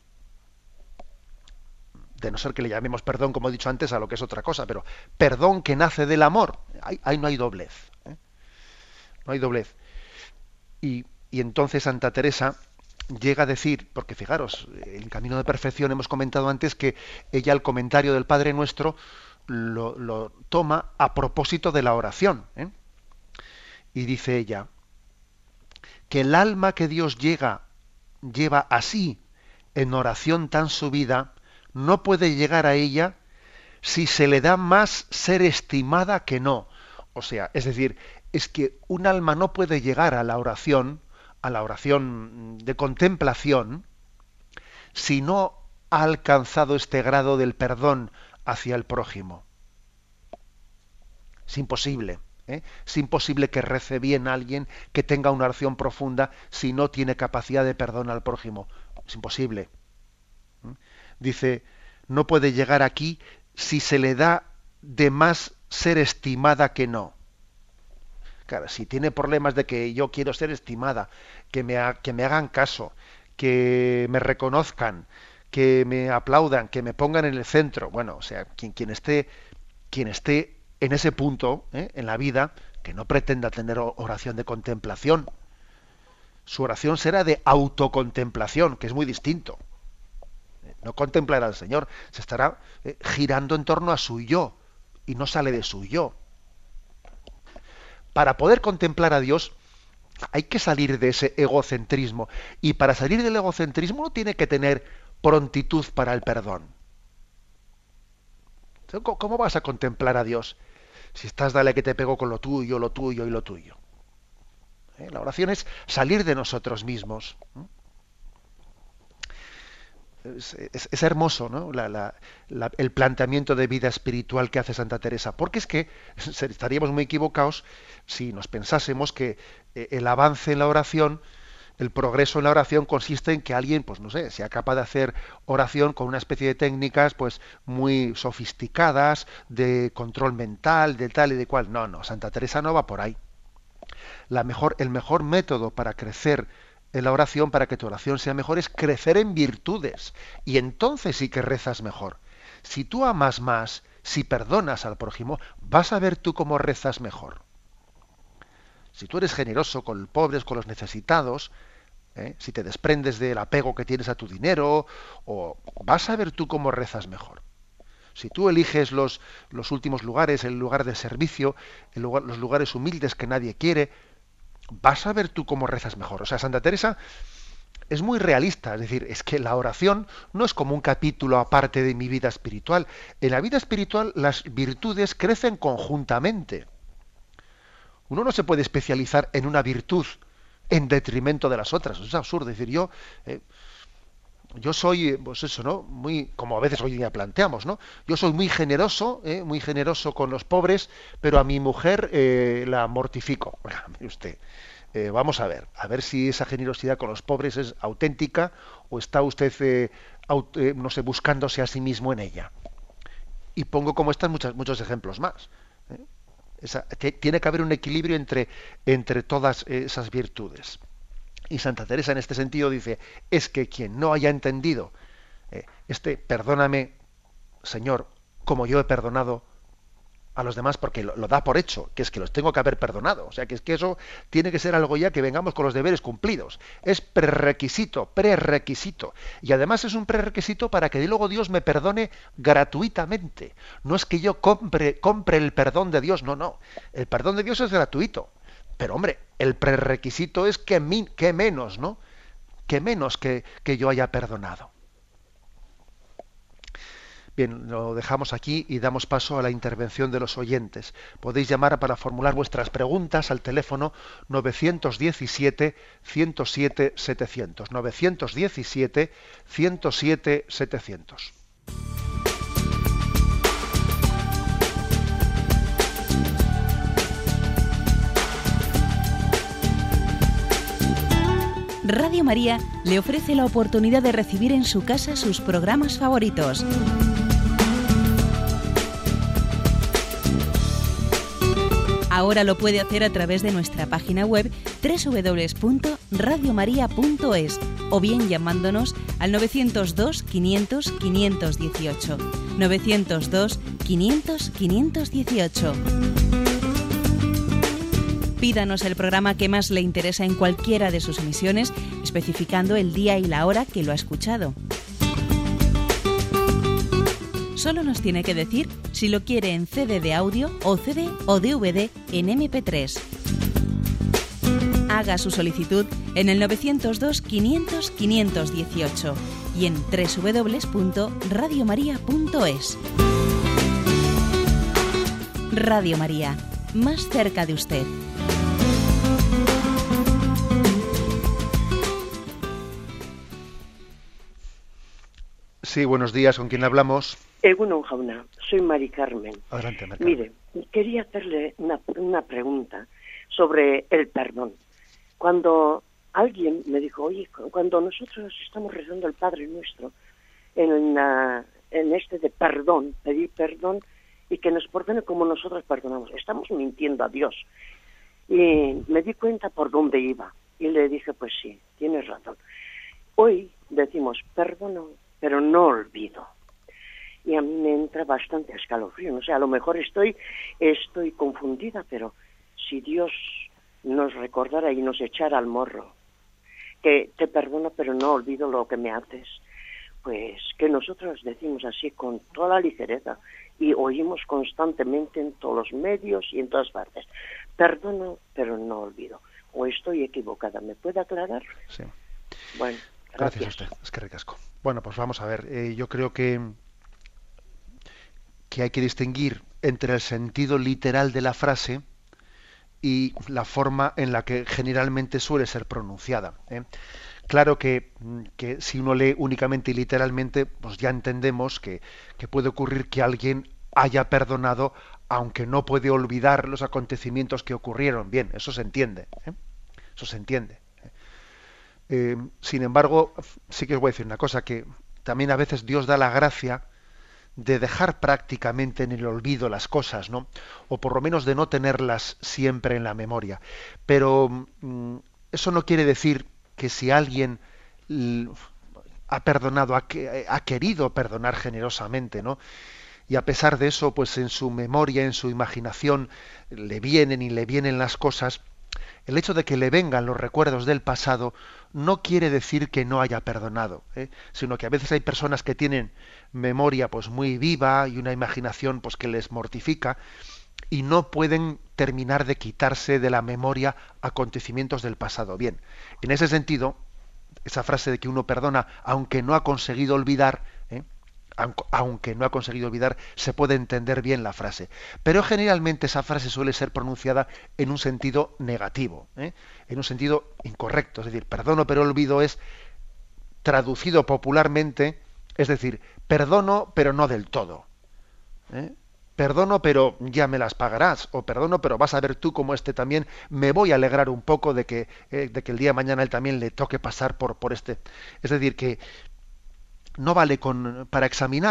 De no ser que le llamemos perdón, como he dicho antes, a lo que es otra cosa, pero perdón que nace del amor, ahí no hay doblez. No hay doblez. Y entonces Santa Teresa llega a decir, porque fijaros, el camino de perfección hemos comentado antes que ella el comentario del Padre Nuestro lo toma a propósito de la oración. Y dice ella, que el alma que Dios lleva así en oración tan subida, no puede llegar a ella si se le da más ser estimada que no. O sea, es decir, es que un alma no puede llegar a la oración de contemplación, si no ha alcanzado este grado del perdón hacia el prójimo. Es imposible. Es imposible que rece bien a alguien, que tenga una oración profunda, si no tiene capacidad de perdón al prójimo. Es imposible. Dice, no puede llegar aquí si se le da de más ser estimada que no. Claro, si tiene problemas de que yo quiero ser estimada, que me hagan caso, que me reconozcan, que me aplaudan, que me pongan en el centro, bueno, o sea, quien esté en ese punto, en la vida, que no pretenda tener oración de contemplación. Su oración será de autocontemplación, que es muy distinto. No contemplará al Señor, se estará girando en torno a su yo, y no sale de su yo. Para poder contemplar a Dios hay que salir de ese egocentrismo, y para salir del egocentrismo uno tiene que tener prontitud para el perdón. ¿Cómo vas a contemplar a Dios si estás dale que te pego con lo tuyo y lo tuyo? La oración es salir de nosotros mismos. Es hermoso, ¿no? El planteamiento de vida espiritual que hace Santa Teresa, porque es que estaríamos muy equivocados si nos pensásemos que el avance en la oración, el progreso en la oración consiste en que alguien, pues no sé, sea capaz de hacer oración con una especie de técnicas pues muy sofisticadas, de control mental, de tal y de cual. No, Santa Teresa no va por ahí. El mejor método para crecer en la oración, para que tu oración sea mejor, es crecer en virtudes. Y entonces sí que rezas mejor. Si tú amas más, si perdonas al prójimo, vas a ver tú cómo rezas mejor. Si tú eres generoso con los pobres, con los necesitados, si te desprendes del apego que tienes a tu dinero, vas a ver tú cómo rezas mejor. Si tú eliges los últimos lugares, el lugar de servicio, los lugares humildes que nadie quiere, vas a ver tú cómo rezas mejor. O sea, Santa Teresa es muy realista, es decir, es que la oración no es como un capítulo aparte de mi vida espiritual. En la vida espiritual las virtudes crecen conjuntamente. Uno no se puede especializar en una virtud en detrimento de las otras. Eso es absurdo. Es decir, yo soy, pues eso, ¿no? Muy, como a veces hoy día planteamos, ¿no? Yo soy muy generoso con los pobres, pero a mi mujer la mortifico. Bueno, mire usted, vamos a ver si esa generosidad con los pobres es auténtica o está usted, no sé, buscándose a sí mismo en ella. Y pongo como estas muchos ejemplos más. Tiene que haber un equilibrio entre todas esas virtudes. Y Santa Teresa en este sentido dice, es que quien no haya entendido perdóname, Señor, como yo he perdonado a los demás, porque lo da por hecho, que es que los tengo que haber perdonado. O sea, que es que eso tiene que ser algo ya que vengamos con los deberes cumplidos. Es prerequisito. Y además es un prerequisito para que luego Dios me perdone gratuitamente. No es que yo compre el perdón de Dios, no. El perdón de Dios es gratuito. Pero hombre, el prerequisito es que menos, ¿no? Que menos que yo haya perdonado. Bien, lo dejamos aquí y damos paso a la intervención de los oyentes. Podéis llamar para formular vuestras preguntas al teléfono 917-107-700. 917-107-700. Radio María le ofrece la oportunidad de recibir en su casa sus programas favoritos. Ahora lo puede hacer a través de nuestra página web www.radiomaria.es o bien llamándonos al 902 500 518. 902 500 518. Pídanos el programa que más le interesa en cualquiera de sus emisiones, especificando el día y la hora que lo ha escuchado. Solo nos tiene que decir si lo quiere en CD de audio o CD o DVD en MP3. Haga su solicitud en el 902 500 518 y en www.radiomaria.es. Radio María, más cerca de usted. Sí, buenos días. ¿Con quién hablamos? Egunon Jauna, soy Mari Carmen. Adelante, Mari Carmen. Mire, quería hacerle una pregunta sobre el perdón. Cuando alguien me dijo, oye, cuando nosotros estamos rezando el Padre Nuestro, en este de perdón, pedir perdón y que nos perdone como nosotros perdonamos, estamos mintiendo a Dios. Y me di cuenta por dónde iba y le dije, pues sí, tienes razón. Hoy decimos, perdono, pero no olvido. y a mí me entra bastante escalofrío. No sé, a lo mejor estoy confundida, pero si Dios nos recordara y nos echara al morro, que te perdono pero no olvido lo que me haces, pues que nosotros decimos así con toda la ligereza y oímos constantemente en todos los medios y en todas partes, perdono pero no olvido. ¿O estoy equivocada? ¿Me puede aclarar? Sí. Bueno, gracias a usted. Es que ricasco. Bueno, pues vamos a ver. Yo creo que hay que distinguir entre el sentido literal de la frase y la forma en la que generalmente suele ser pronunciada. Claro que si uno lee únicamente y literalmente, pues ya entendemos que puede ocurrir que alguien haya perdonado aunque no puede olvidar los acontecimientos que ocurrieron. Bien, eso se entiende. Eso se entiende. Sin embargo, sí que os voy a decir una cosa, que también a veces Dios da la gracia de dejar prácticamente en el olvido las cosas, ¿no? O por lo menos de no tenerlas siempre en la memoria. Pero eso no quiere decir que si alguien ha perdonado, ha querido perdonar generosamente, ¿no? Y a pesar de eso, pues en su memoria, en su imaginación, le vienen las cosas, el hecho de que le vengan los recuerdos del pasado no quiere decir que no haya perdonado, sino que a veces hay personas que tienen memoria pues muy viva y una imaginación pues que les mortifica y no pueden terminar de quitarse de la memoria acontecimientos del pasado. Bien, en ese sentido, esa frase de que uno perdona aunque no ha conseguido olvidar, aunque no ha conseguido olvidar, se puede entender bien la frase. Pero generalmente esa frase suele ser pronunciada en un sentido negativo, en un sentido incorrecto. Es decir, perdono pero olvido es traducido popularmente, es decir, perdono pero no del todo. Perdono pero ya me las pagarás, o perdono pero vas a ver tú como también me voy a alegrar un poco de que el día de mañana él también le toque pasar por este. Es decir, que no vale para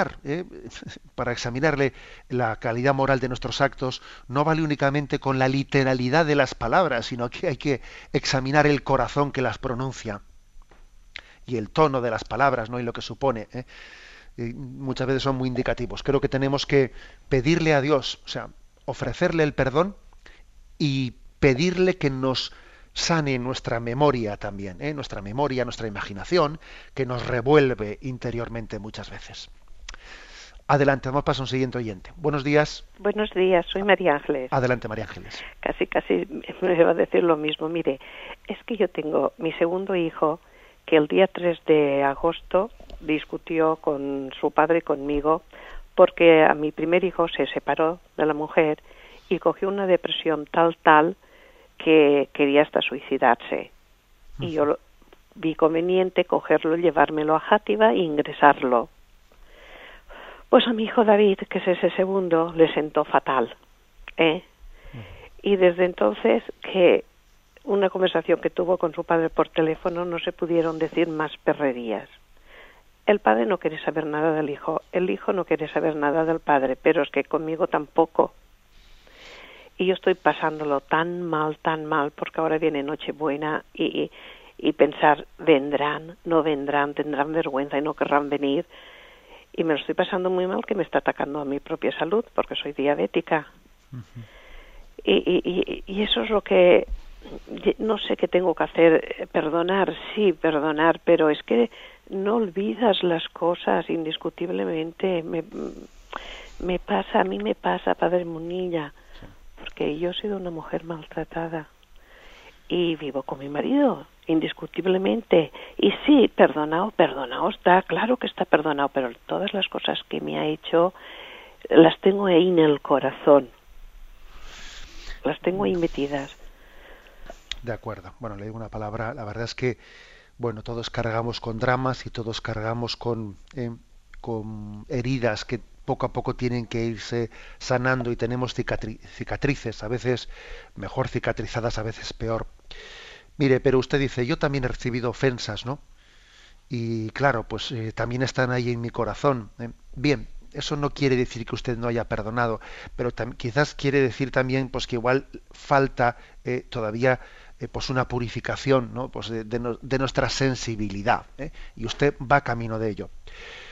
examinarle la calidad moral de nuestros actos, no vale únicamente con la literalidad de las palabras, sino que hay que examinar el corazón que las pronuncia y el tono de las palabras, ¿no? Y lo que supone. Muchas veces son muy indicativos. Creo que tenemos que pedirle a Dios, o sea, ofrecerle el perdón y pedirle que nos sane nuestra memoria también, nuestra memoria, nuestra imaginación, que nos revuelve interiormente muchas veces. Adelante, vamos para un siguiente oyente. Buenos días. Buenos días, soy María Ángeles. Adelante, María Ángeles. Casi me va a decir lo mismo. Mire, es que yo tengo mi segundo hijo que el día 3 de agosto discutió con su padre y conmigo porque a mi primer hijo se separó de la mujer y cogió una depresión tal que quería hasta suicidarse. Y yo vi conveniente cogerlo, llevármelo a Játiva e ingresarlo. Pues a mi hijo David, que es ese segundo, le sentó fatal. Y desde entonces, que una conversación que tuvo con su padre por teléfono, no se pudieron decir más perrerías. El padre no quiere saber nada del hijo, el hijo no quiere saber nada del padre, pero es que conmigo tampoco. Y yo estoy pasándolo tan mal, porque ahora viene Nochebuena y pensar, vendrán, no vendrán, tendrán vergüenza y no querrán venir. Y me lo estoy pasando muy mal, que me está atacando a mi propia salud, porque soy diabética. Y eso es lo que no sé qué tengo que hacer. Perdonar, pero es que no olvidas las cosas indiscutiblemente. A mí me pasa, Padre Munilla, porque yo he sido una mujer maltratada y vivo con mi marido, indiscutiblemente. Y sí, perdonado está, claro que está perdonado, pero todas las cosas que me ha hecho las tengo ahí en el corazón, las tengo ahí metidas. De acuerdo. Bueno, le digo una palabra. La verdad es que, bueno, todos cargamos con dramas y todos cargamos con heridas que poco a poco tienen que irse sanando y tenemos cicatrices, a veces mejor cicatrizadas, a veces peor. Mire, pero usted dice, yo también he recibido ofensas, ¿no? Y claro, pues también están ahí en mi corazón. Bien, eso no quiere decir que usted no haya perdonado, pero quizás quiere decir también pues que igual falta todavía pues una purificación, ¿no? Pues de nuestra sensibilidad, y usted va camino de ello.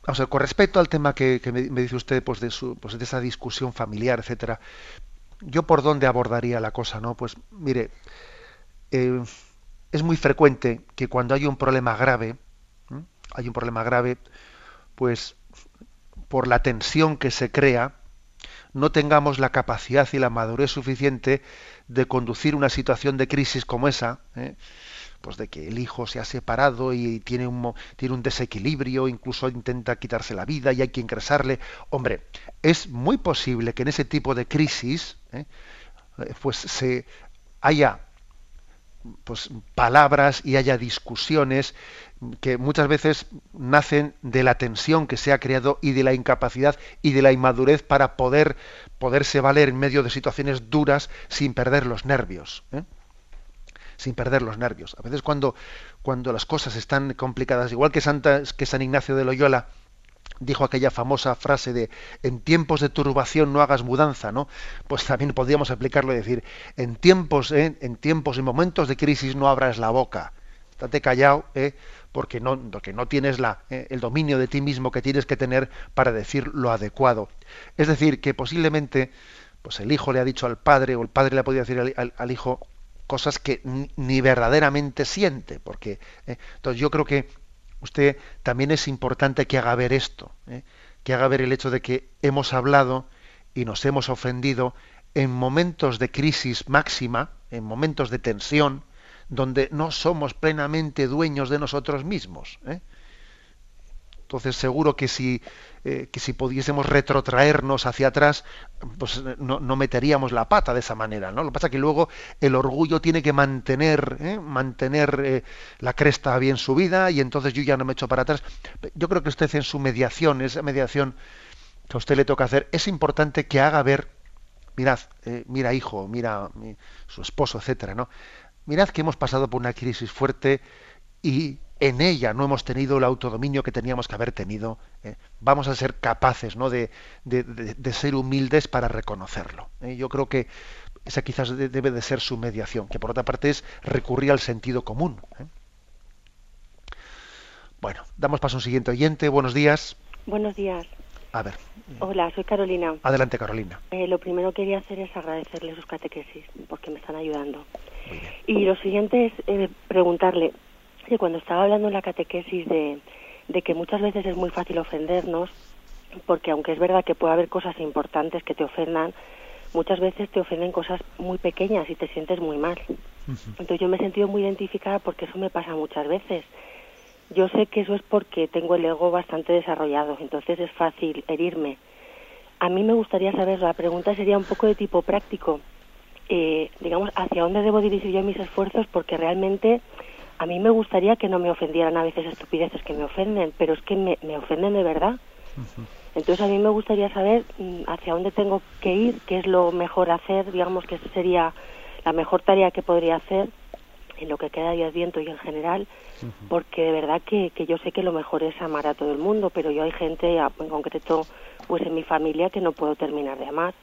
Vamos a ver, con respecto al tema que me dice usted, pues de esa discusión familiar, etcétera, yo por dónde abordaría la cosa, ¿no? Pues mire, eh, es muy frecuente que cuando hay un problema grave, ¿m? Hay un problema grave, pues por la tensión que se crea, no tengamos la capacidad y la madurez suficiente de conducir una situación de crisis como esa, pues de que el hijo se ha separado y tiene un desequilibrio, incluso intenta quitarse la vida y hay que ingresarle. Hombre, es muy posible que en ese tipo de crisis pues se haya pues palabras y haya discusiones que muchas veces nacen de la tensión que se ha creado y de la incapacidad y de la inmadurez para poderse valer en medio de situaciones duras sin perder los nervios. Sin perder los nervios. A veces cuando las cosas están complicadas, igual que San Ignacio de Loyola dijo aquella famosa frase de en tiempos de turbación no hagas mudanza, ¿no? Pues también podríamos aplicarlo y decir en tiempos y momentos de crisis no abras la boca, estate callado, porque no tienes el dominio de ti mismo que tienes que tener para decir lo adecuado. Es decir, que posiblemente pues el hijo le ha dicho al padre o el padre le ha podido decir al hijo cosas que ni verdaderamente siente, porque entonces yo creo que usted también es importante que haga ver esto, que haga ver el hecho de que hemos hablado y nos hemos ofendido en momentos de crisis máxima, en momentos de tensión, donde no somos plenamente dueños de nosotros mismos. Entonces seguro que si pudiésemos retrotraernos hacia atrás, pues no meteríamos la pata de esa manera, ¿no? Lo que pasa es que luego el orgullo tiene que mantener la cresta bien subida y entonces yo ya no me echo para atrás. Yo creo que usted en su mediación, esa mediación que a usted le toca hacer, es importante que haga ver, mirad, mira hijo, mira su esposo, etcétera, ¿no? Mirad que hemos pasado por una crisis fuerte y en ella no hemos tenido el autodominio que teníamos que haber tenido. Vamos a ser capaces, ¿no?, de ser humildes para reconocerlo. Yo creo que esa quizás debe de ser su mediación, que por otra parte es recurrir al sentido común. Bueno, damos paso a un siguiente oyente. Buenos días. Buenos días. A ver. Hola, soy Carolina. Adelante, Carolina. Lo primero que quería hacer es agradecerle sus catequesis, porque me están ayudando. Muy bien. Y lo siguiente es preguntarle, que cuando estaba hablando en la catequesis de que muchas veces es muy fácil ofendernos, porque aunque es verdad que puede haber cosas importantes que te ofendan, muchas veces te ofenden cosas muy pequeñas y te sientes muy mal. Entonces yo me he sentido muy identificada porque eso me pasa muchas veces. Yo sé que eso es porque tengo el ego bastante desarrollado, entonces es fácil herirme. A mí me gustaría saber, la pregunta sería un poco de tipo práctico, digamos, hacia dónde debo dirigir yo mis esfuerzos, porque realmente a mí me gustaría que no me ofendieran a veces estupideces que me ofenden, pero es que me ofenden de verdad. Entonces a mí me gustaría saber hacia dónde tengo que ir, qué es lo mejor hacer, digamos que esa sería la mejor tarea que podría hacer en lo que queda de Adviento y en general, porque de verdad que yo sé que lo mejor es amar a todo el mundo, pero yo hay gente, en concreto pues en mi familia, que no puedo terminar de amar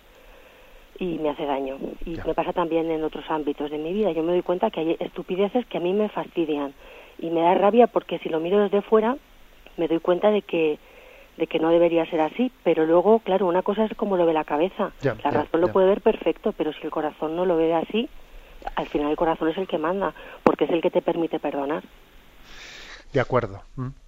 y me hace daño. Y me pasa también en otros ámbitos de mi vida. Yo me doy cuenta que hay estupideces que a mí me fastidian y me da rabia porque si lo miro desde fuera me doy cuenta de que no debería ser así, pero luego, claro, una cosa es como lo ve la cabeza. La razón lo puede ver perfecto, pero si el corazón no lo ve así, al final el corazón es el que manda, porque es el que te permite perdonar. De acuerdo.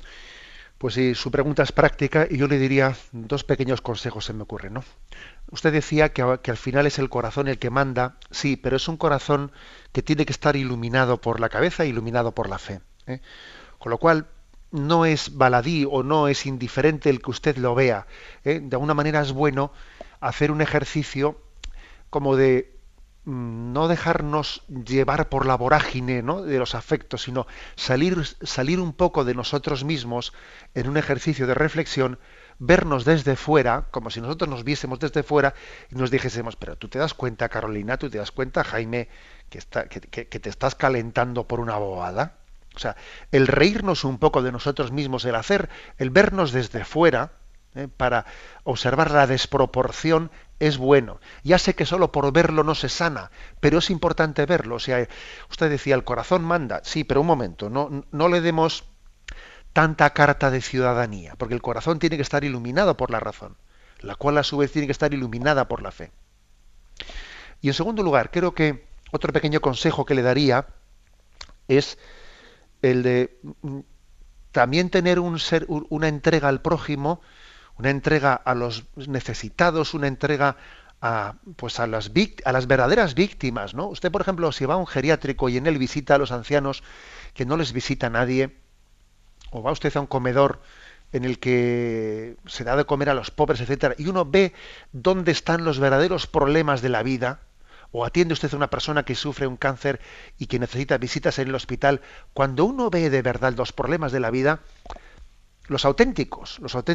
Pues sí, su pregunta es práctica y yo le diría dos pequeños consejos se me ocurren, ¿no? Usted decía que al final es el corazón el que manda, sí, pero es un corazón que tiene que estar iluminado por la cabeza e iluminado por la fe. Con lo cual, no es baladí o no es indiferente el que usted lo vea. De alguna manera es bueno hacer un ejercicio como de no dejarnos llevar por la vorágine, ¿no?, de los afectos, sino salir un poco de nosotros mismos en un ejercicio de reflexión, vernos desde fuera, como si nosotros nos viésemos desde fuera y nos dijésemos, pero tú te das cuenta, Carolina, tú te das cuenta, Jaime, que te estás calentando por una bobada. O sea, el reírnos un poco de nosotros mismos, el vernos desde fuera, para observar la desproporción, es bueno. Ya sé que solo por verlo no se sana, pero es importante verlo. O sea, usted decía, el corazón manda. Sí, pero un momento, no le demos tanta carta de ciudadanía? Porque el corazón tiene que estar iluminado por la razón, la cual a su vez tiene que estar iluminada por la fe. Y en segundo lugar, creo que otro pequeño consejo que le daría es el de también tener una entrega al prójimo, una entrega a los necesitados, una entrega a las verdaderas víctimas, ¿no? Usted, por ejemplo, si va a un geriátrico y en él visita a los ancianos que no les visita nadie, o va usted a un comedor en el que se da de comer a los pobres, etcétera, y uno ve dónde están los verdaderos problemas de la vida, o atiende usted a una persona que sufre un cáncer y que necesita visitas en el hospital, cuando uno ve de verdad los problemas de la vida, los auténticos,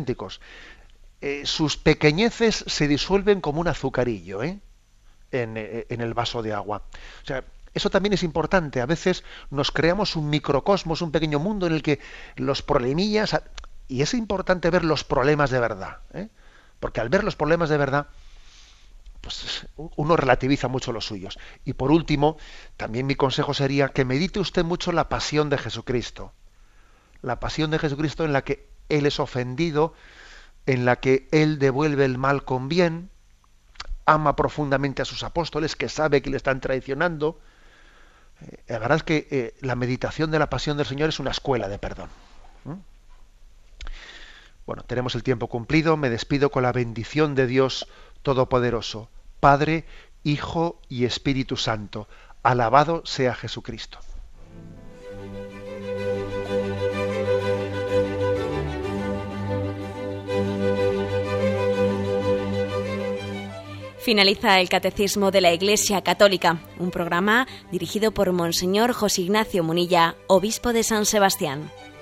sus pequeñeces se disuelven como un azucarillo, en el vaso de agua. O sea, eso también es importante. A veces nos creamos un microcosmos, un pequeño mundo en el que los problemillas, y es importante ver los problemas de verdad, porque al ver los problemas de verdad, pues uno relativiza mucho los suyos. Y por último, también mi consejo sería que medite usted mucho la pasión de Jesucristo. La pasión de Jesucristo en la que Él es ofendido, en la que Él devuelve el mal con bien, ama profundamente a sus apóstoles, que sabe que le están traicionando. La verdad es que la meditación de la pasión del Señor es una escuela de perdón. Bueno, tenemos el tiempo cumplido. Me despido con la bendición de Dios Todopoderoso, Padre, Hijo y Espíritu Santo. Alabado sea Jesucristo. Finaliza el Catecismo de la Iglesia Católica, un programa dirigido por Monseñor José Ignacio Munilla, obispo de San Sebastián.